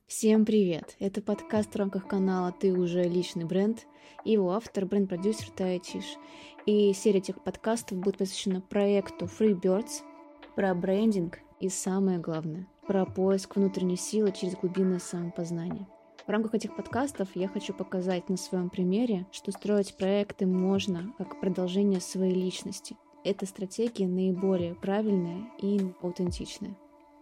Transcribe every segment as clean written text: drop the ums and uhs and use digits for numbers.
Всем привет! Это подкаст в рамках канала «Ты уже личный бренд» и его автор, бренд-продюсер Тая Чиш. И серия этих подкастов будет посвящена проекту Freebirds про брендинг и, самое главное, про поиск внутренней силы через глубинное самопознание. В рамках этих подкастов я хочу показать на своем примере, что строить проекты можно как продолжение своей личности. Эта стратегия наиболее правильная и аутентичная.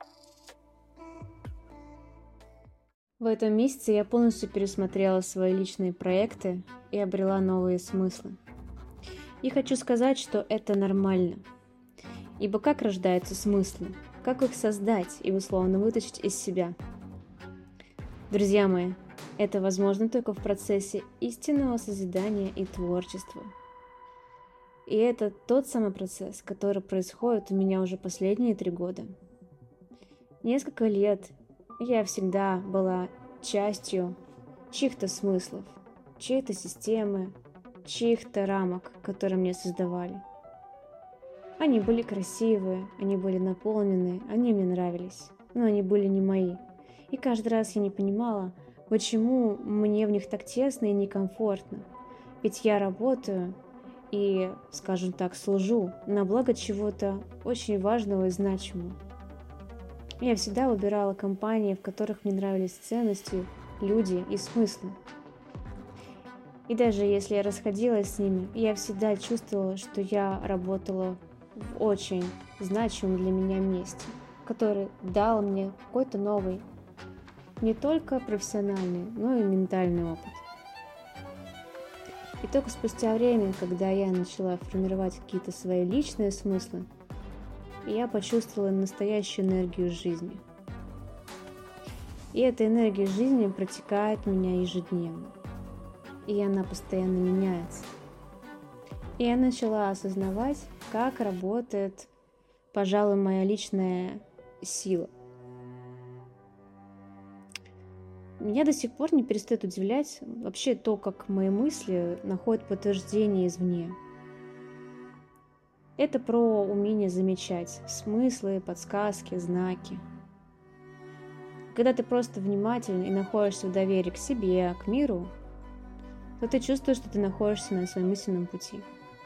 В этом месяце я полностью пересмотрела свои личные проекты и обрела новые смыслы. И хочу сказать, что это нормально. Ибо как рождаются смыслы? Как их создать и условно вытащить из себя? Друзья мои, это возможно только в процессе истинного созидания и творчества. И это тот самый процесс, который происходит у меня уже последние 3 года. Несколько лет я всегда была частью чьих-то смыслов, чьей-то системы, чьих-то рамок, которые мне создавали. Они были красивые, они были наполненные, они мне нравились, но они были не мои. И каждый раз я не понимала, почему мне в них так тесно и некомфортно. Ведь я работаю и, скажем так, служу на благо чего-то очень важного и значимого. Я всегда выбирала компании, в которых мне нравились ценности, люди и смыслы. И даже если я расходилась с ними, я всегда чувствовала, что я работала в очень значимом для меня месте, который дал мне какой-то новый, не только профессиональный, но и ментальный опыт. И только спустя время, когда я начала формировать какие-то свои личные смыслы, я почувствовала настоящую энергию жизни. И эта энергия жизни протекает в меня ежедневно. И она постоянно меняется. И я начала осознавать, как работает, пожалуй, моя личная сила. Меня до сих пор не перестает удивлять вообще то, как мои мысли находят подтверждение извне. Это про умение замечать смыслы, подсказки, знаки. Когда ты просто внимательно и находишься в доверии к себе, к миру, то ты чувствуешь, что ты находишься на своем истинном пути.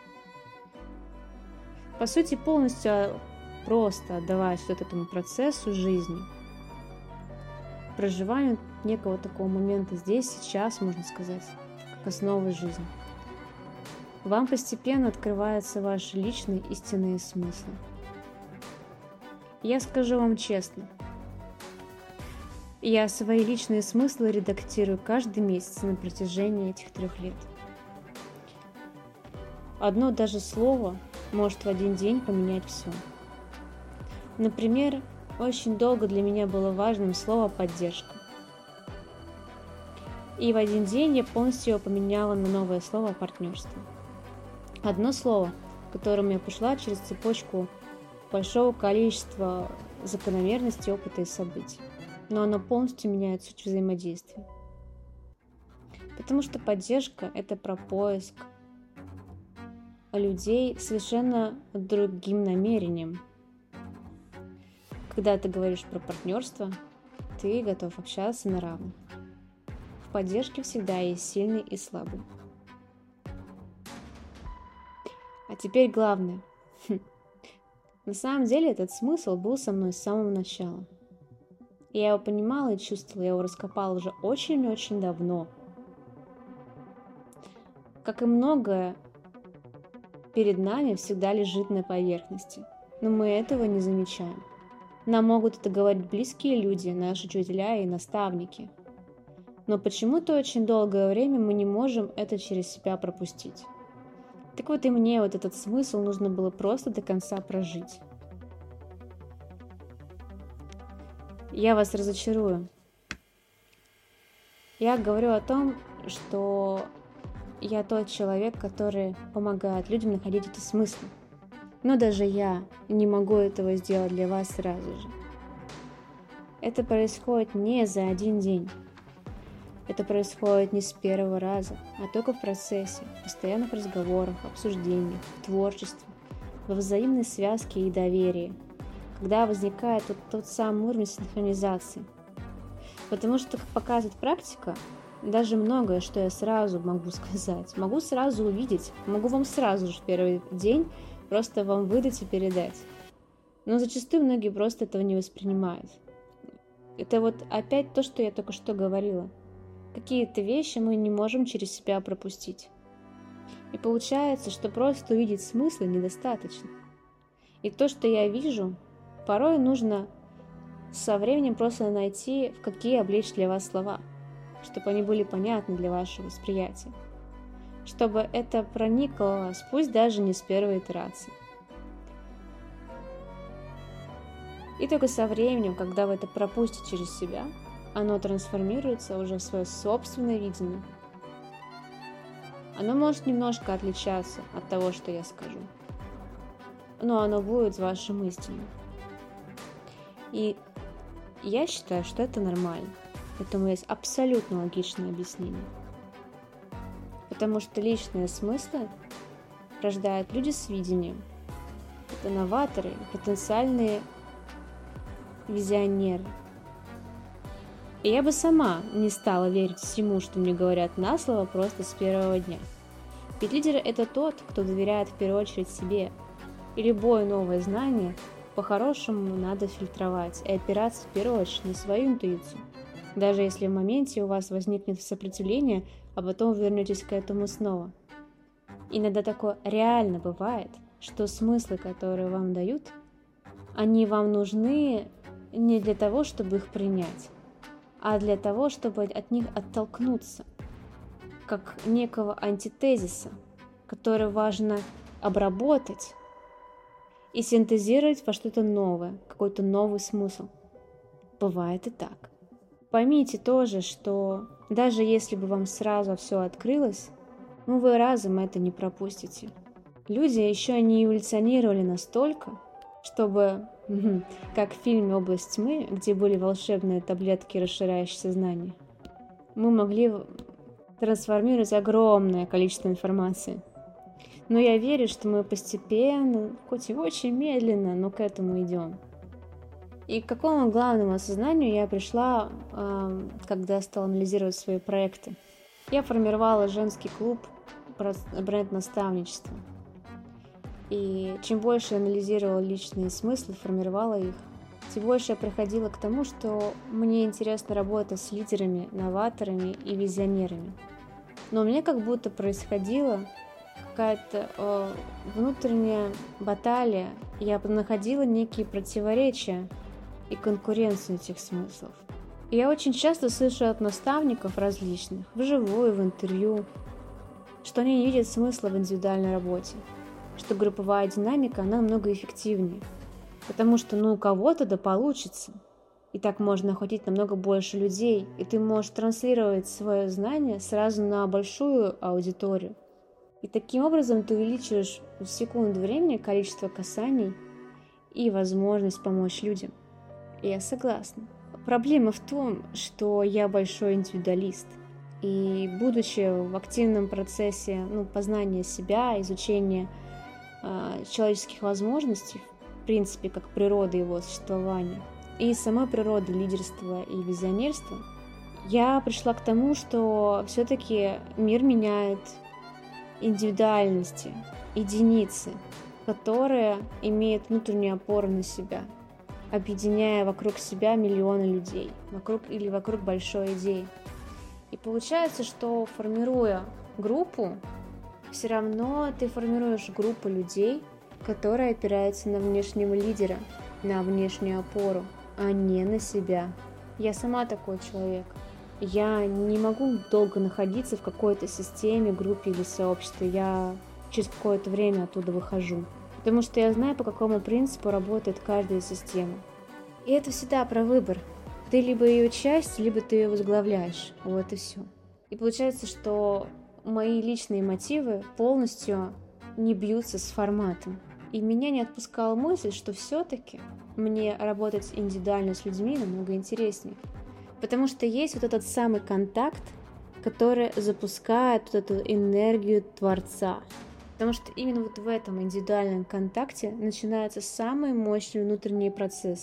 По сути, полностью просто отдаваясь вот этому процессу жизни, проживанию некого такого момента здесь, сейчас, можно сказать, как основы жизни. Вам постепенно открываются ваши личные истинные смыслы. Я скажу вам честно, я свои личные смыслы редактирую каждый месяц на протяжении этих 3 лет. Одно даже слово может в один день поменять все. Например, очень долго для меня было важным слово «поддержка». И в один день я полностью его поменяла на новое слово «партнерство». Одно слово, к которому я пошла через цепочку большого количества закономерностей, опыта и событий. Но оно полностью меняет суть взаимодействия. Потому что поддержка – это про поиск людей с совершенно другим намерением. Когда ты говоришь про партнерство, ты готов общаться на равных. В поддержке всегда есть сильный и слабый. А теперь главное. На самом деле этот смысл был со мной с самого начала. Я его понимала и чувствовала, я его раскопала уже очень-очень давно. Как и многое, перед нами всегда лежит на поверхности, но мы этого не замечаем. Нам могут это говорить близкие люди, наши учителя и наставники. Но почему-то очень долгое время мы не можем это через себя пропустить. Так вот и мне вот этот смысл нужно было просто до конца прожить. Я вас разочарую. Я говорю о том, что я тот человек, который помогает людям находить эти смыслы. Но даже я не могу этого сделать для вас сразу же. Это происходит не за один день. Это происходит не с первого раза, а только в процессе, в постоянных разговорах, обсуждениях, в творчестве, во взаимной связке и доверии, когда возникает тот самый уровень синхронизации. Потому что, как показывает практика, даже многое, что я сразу могу сказать, могу сразу увидеть, могу вам сразу же в первый день просто вам выдать и передать. Но зачастую многие просто этого не воспринимают. Это вот опять то, что я только что говорила. Какие-то вещи мы не можем через себя пропустить. И получается, что просто увидеть смысл недостаточно. И то, что я вижу, порой нужно со временем просто найти, в какие облечь для вас слова, чтобы они были понятны для вашего восприятия. Чтобы это проникло в вас, пусть даже не с первой итерации. И только со временем, когда вы это пропустите через себя, оно трансформируется уже в свое собственное видение. Оно может немножко отличаться от того, что я скажу, но оно будет вашим истинным. И я считаю, что это нормально. Этому есть абсолютно логичное объяснение. Потому что личные смыслы рождают люди с видением. Это новаторы, потенциальные визионеры. И я бы сама не стала верить всему, что мне говорят на слово просто с первого дня. Ведь лидер – это тот, кто доверяет в первую очередь себе. И любое новое знание по-хорошему надо фильтровать и опираться в первую очередь на свою интуицию. Даже если в моменте у вас возникнет сопротивление, а потом вы вернетесь к этому снова. Иногда такое реально бывает, что смыслы, которые вам дают, они вам нужны не для того, чтобы их принять, а для того, чтобы от них оттолкнуться, как некого антитезиса, который важно обработать и синтезировать во что-то новое, какой-то новый смысл. Бывает и так. Поймите тоже, что даже если бы вам сразу все открылось, вы разом это не пропустите. Люди еще не эволюционировали настолько, чтобы, как в фильме «Область тьмы», где были волшебные таблетки, расширяющие сознание, мы могли трансформировать огромное количество информации. Но я верю, что мы постепенно, хоть и очень медленно, но к этому идем. И к какому главному осознанию я пришла, когда стала анализировать свои проекты. Я формировала женский клуб бренд-наставничества. И чем больше я анализировала личные смыслы, формировала их, тем больше я приходила к тому, что мне интересно работать с лидерами, новаторами и визионерами. Но у меня как будто происходила какая-то внутренняя баталия. Я находила некие противоречия и конкуренцию этих смыслов. И я очень часто слышу от наставников различных, вживую, в интервью, что они не видят смысла в индивидуальной работе, что групповая динамика, она намного эффективнее, потому что, у кого-то да получится, и так можно охватить намного больше людей, и ты можешь транслировать свое знание сразу на большую аудиторию. И таким образом ты увеличиваешь в секунду времени количество касаний и возможность помочь людям. И я согласна. Проблема в том, что я большой индивидуалист. И будучи в активном процессе познания себя, изучения человеческих возможностей, в принципе, как природы его существования, и самой природы лидерства и визионерства, я пришла к тому, что все-таки мир меняет индивидуальности, единицы, которые имеют внутреннюю опору на себя, объединяя вокруг себя миллионы людей, вокруг большой идеи. И получается, что формируя группу, все равно ты формируешь группу людей, которые опираются на внешнего лидера, на внешнюю опору, а не на себя. Я сама такой человек. Я не могу долго находиться в какой-то системе, группе или сообществе. Я через какое-то время оттуда выхожу. Потому что я знаю, по какому принципу работает каждая система. И это всегда про выбор. Ты либо ее часть, либо ты ее возглавляешь. Вот и все. И получается, что мои личные мотивы полностью не бьются с форматом. И меня не отпускала мысль, что все-таки мне работать индивидуально с людьми намного интереснее. Потому что есть вот этот самый контакт, который запускает вот эту энергию Творца. Потому что именно вот в этом индивидуальном контакте начинаются самые мощные внутренние процессы.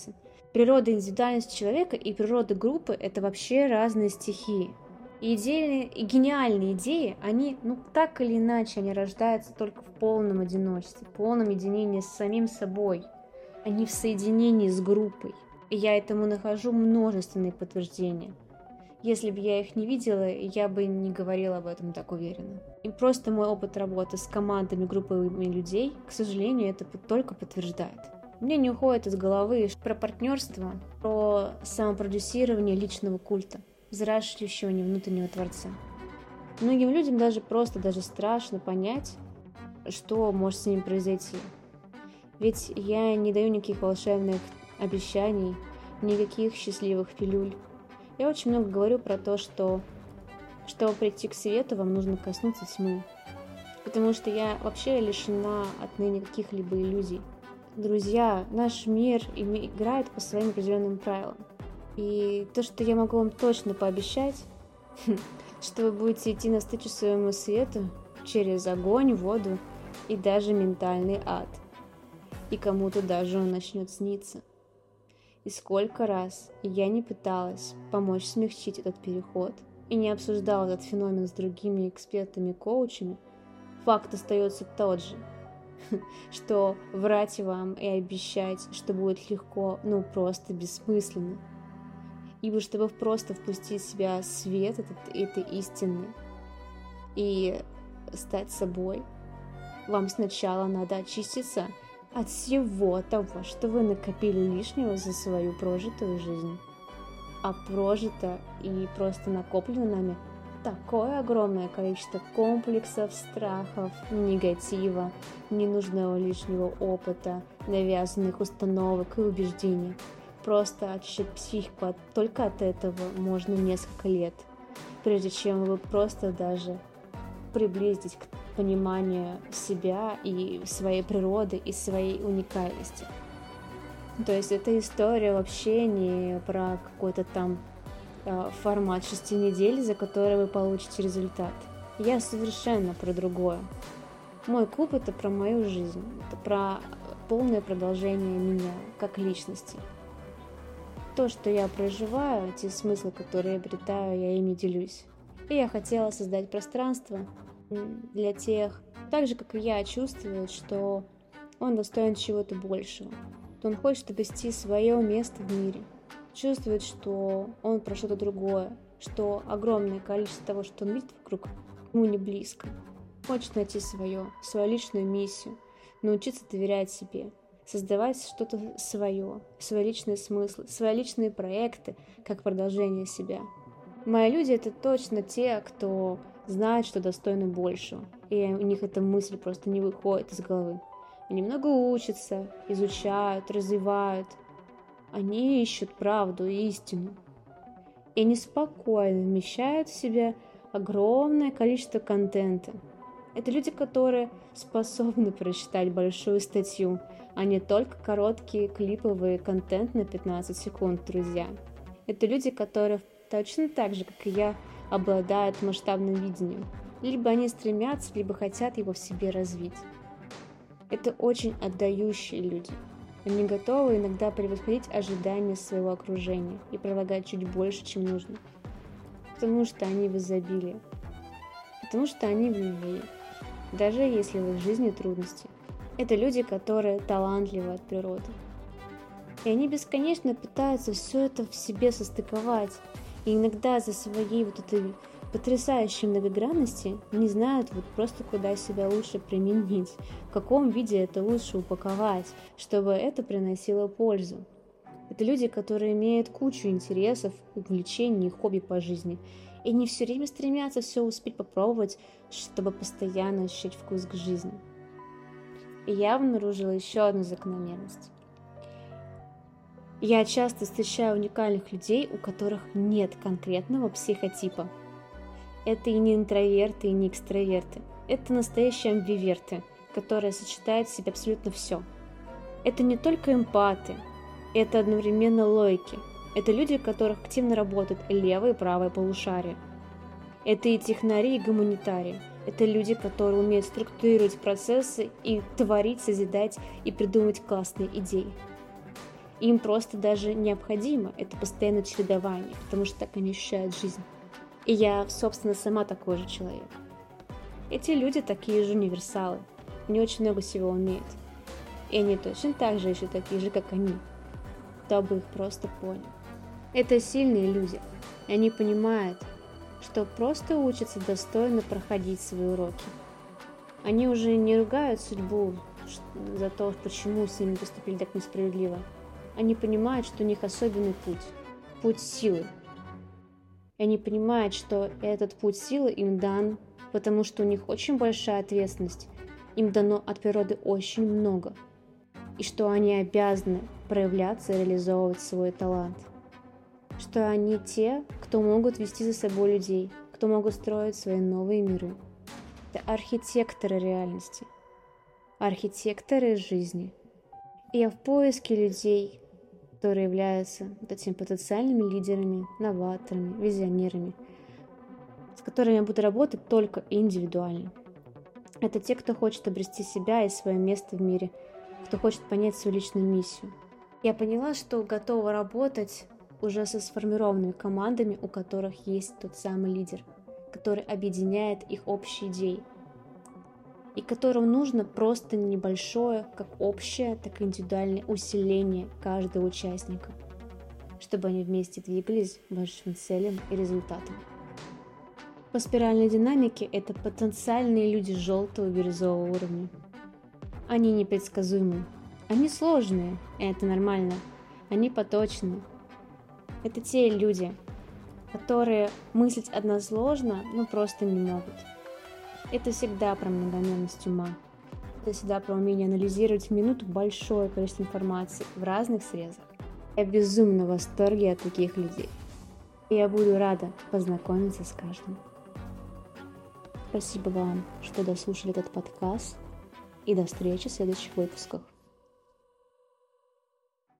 Природа и индивидуальность человека и природа группы – это вообще разные стихии. И гениальные идеи, они, так или иначе, они рождаются только в полном одиночестве, в полном единении с самим собой, а не в соединении с группой. И я этому нахожу множественные подтверждения. Если бы я их не видела, я бы не говорила об этом так уверенно. И просто мой опыт работы с командами, группами людей, к сожалению, это только подтверждает. Мне не уходит из головы про партнерство, про самопродюсирование личного культа, взращивающего внутреннего творца. Многим людям даже страшно понять, что может с ним произойти. Ведь я не даю никаких волшебных обещаний, никаких счастливых пилюль. Я очень много говорю про то, что чтобы прийти к свету, вам нужно коснуться тьмы. Потому что я вообще лишена отныне каких-либо иллюзий. Друзья, наш мир играет по своим определенным правилам. И то, что я могу вам точно пообещать, что вы будете идти навстречу своему свету через огонь, воду и даже ментальный ад. И кому-то даже он начнет сниться. И сколько раз я не пыталась помочь смягчить этот переход и не обсуждала этот феномен с другими экспертами и коучами, факт остается тот же, что врать вам и обещать, что будет легко, просто бессмысленно. Ибо чтобы просто впустить в себя свет этой истины и стать собой, вам сначала надо очиститься от всего того, что вы накопили лишнего за свою прожитую жизнь. А прожито и просто накоплено нами такое огромное количество комплексов, страхов, негатива, ненужного лишнего опыта, навязанных установок и убеждений. Просто очищать психику только от этого можно несколько лет, прежде чем вы просто даже приблизитесь к пониманию себя и своей природы и своей уникальности. То есть эта история вообще не про какой-то там формат 6 недель, за который вы получите результат. Я совершенно про другое. Мой клуб — это про мою жизнь, это про полное продолжение меня как личности. То, что я проживаю, те смыслы, которые я обретаю, я ими делюсь. И я хотела создать пространство для тех, так же, как и я, чувствует, что он достоин чего-то большего, что он хочет обрести свое место в мире, чувствует, что он про что-то другое, что огромное количество того, что он видит вокруг, ему не близко. Хочет найти свою личную миссию, научиться доверять себе, создавать что-то свое, свои личные смыслы, свои личные проекты, как продолжение себя. Мои люди — это точно те, кто знает, что достойны большего, и у них эта мысль просто не выходит из головы. Они много учатся, изучают, развивают. Они ищут правду и истину. И они спокойно вмещают в себя огромное количество контента. Это люди, которые способны прочитать большую статью, а не только короткий клиповый контент на 15 секунд, друзья. Это люди, которые точно так же, как и я, обладают масштабным видением. Либо они стремятся, либо хотят его в себе развить. Это очень отдающие люди. Они готовы иногда превосходить ожидания своего окружения и прилагать чуть больше, чем нужно. Потому что они в изобилии. Потому что они в любви. Даже если в их жизни трудности. Это люди, которые талантливы от природы. И они бесконечно пытаются все это в себе состыковать. И иногда за своей этой потрясающей многогранности не знают просто куда себя лучше применить, в каком виде это лучше упаковать, чтобы это приносило пользу. Это люди, которые имеют кучу интересов, увлечений и хобби по жизни. И они все время стремятся все успеть попробовать, чтобы постоянно ощущать вкус к жизни. И я обнаружила еще одну закономерность. Я часто встречаю уникальных людей, у которых нет конкретного психотипа. Это и не интроверты, и не экстраверты. Это настоящие амбиверты, которые сочетают в себе абсолютно все. Это не только эмпаты, это одновременно логики. Это люди, у которых активно работают левое и правое полушария. Это и технари, и гуманитарии. Это люди, которые умеют структурировать процессы и творить, созидать и придумывать классные идеи. Им просто даже необходимо это постоянное чередование, потому что так они ощущают жизнь. И я, собственно, сама такой же человек. Эти люди такие же универсалы, они очень много всего умеют. И они точно так же еще такие же, как они, кто бы их просто понял. Это сильные люди, и они понимают, что просто учатся достойно проходить свои уроки. Они уже не ругают судьбу за то, почему с ними поступили так несправедливо. Они понимают, что у них особенный путь силы. И они понимают, что этот путь силы им дан, потому что у них очень большая ответственность, им дано от природы очень много, и что они обязаны проявляться и реализовывать свой талант. Что они те, кто могут вести за собой людей, кто могут строить свои новые миры. Это архитекторы реальности, архитекторы жизни. И я в поиске людей, которые являются вот этими потенциальными лидерами, новаторами, визионерами, с которыми я буду работать только индивидуально. Это те, кто хочет обрести себя и свое место в мире, кто хочет понять свою личную миссию. Я поняла, что готова работать уже со сформированными командами, у которых есть тот самый лидер, который объединяет их общие идеи, и которым нужно просто небольшое, как общее, так и индивидуальное усиление каждого участника, чтобы они вместе двигались к большим целям и результатам. По спиральной динамике это потенциальные люди желтого и бирюзового уровня. Они непредсказуемы, они сложные, и это нормально, они поточные. Это те люди, которые мыслить односложно, но просто не могут. Это всегда про многомерность ума. Это всегда про умение анализировать в минуту большое количество информации в разных срезах. Я безумно в восторге от таких людей. И я буду рада познакомиться с каждым. Спасибо вам, что дослушали этот подкаст. И до встречи в следующих выпусках.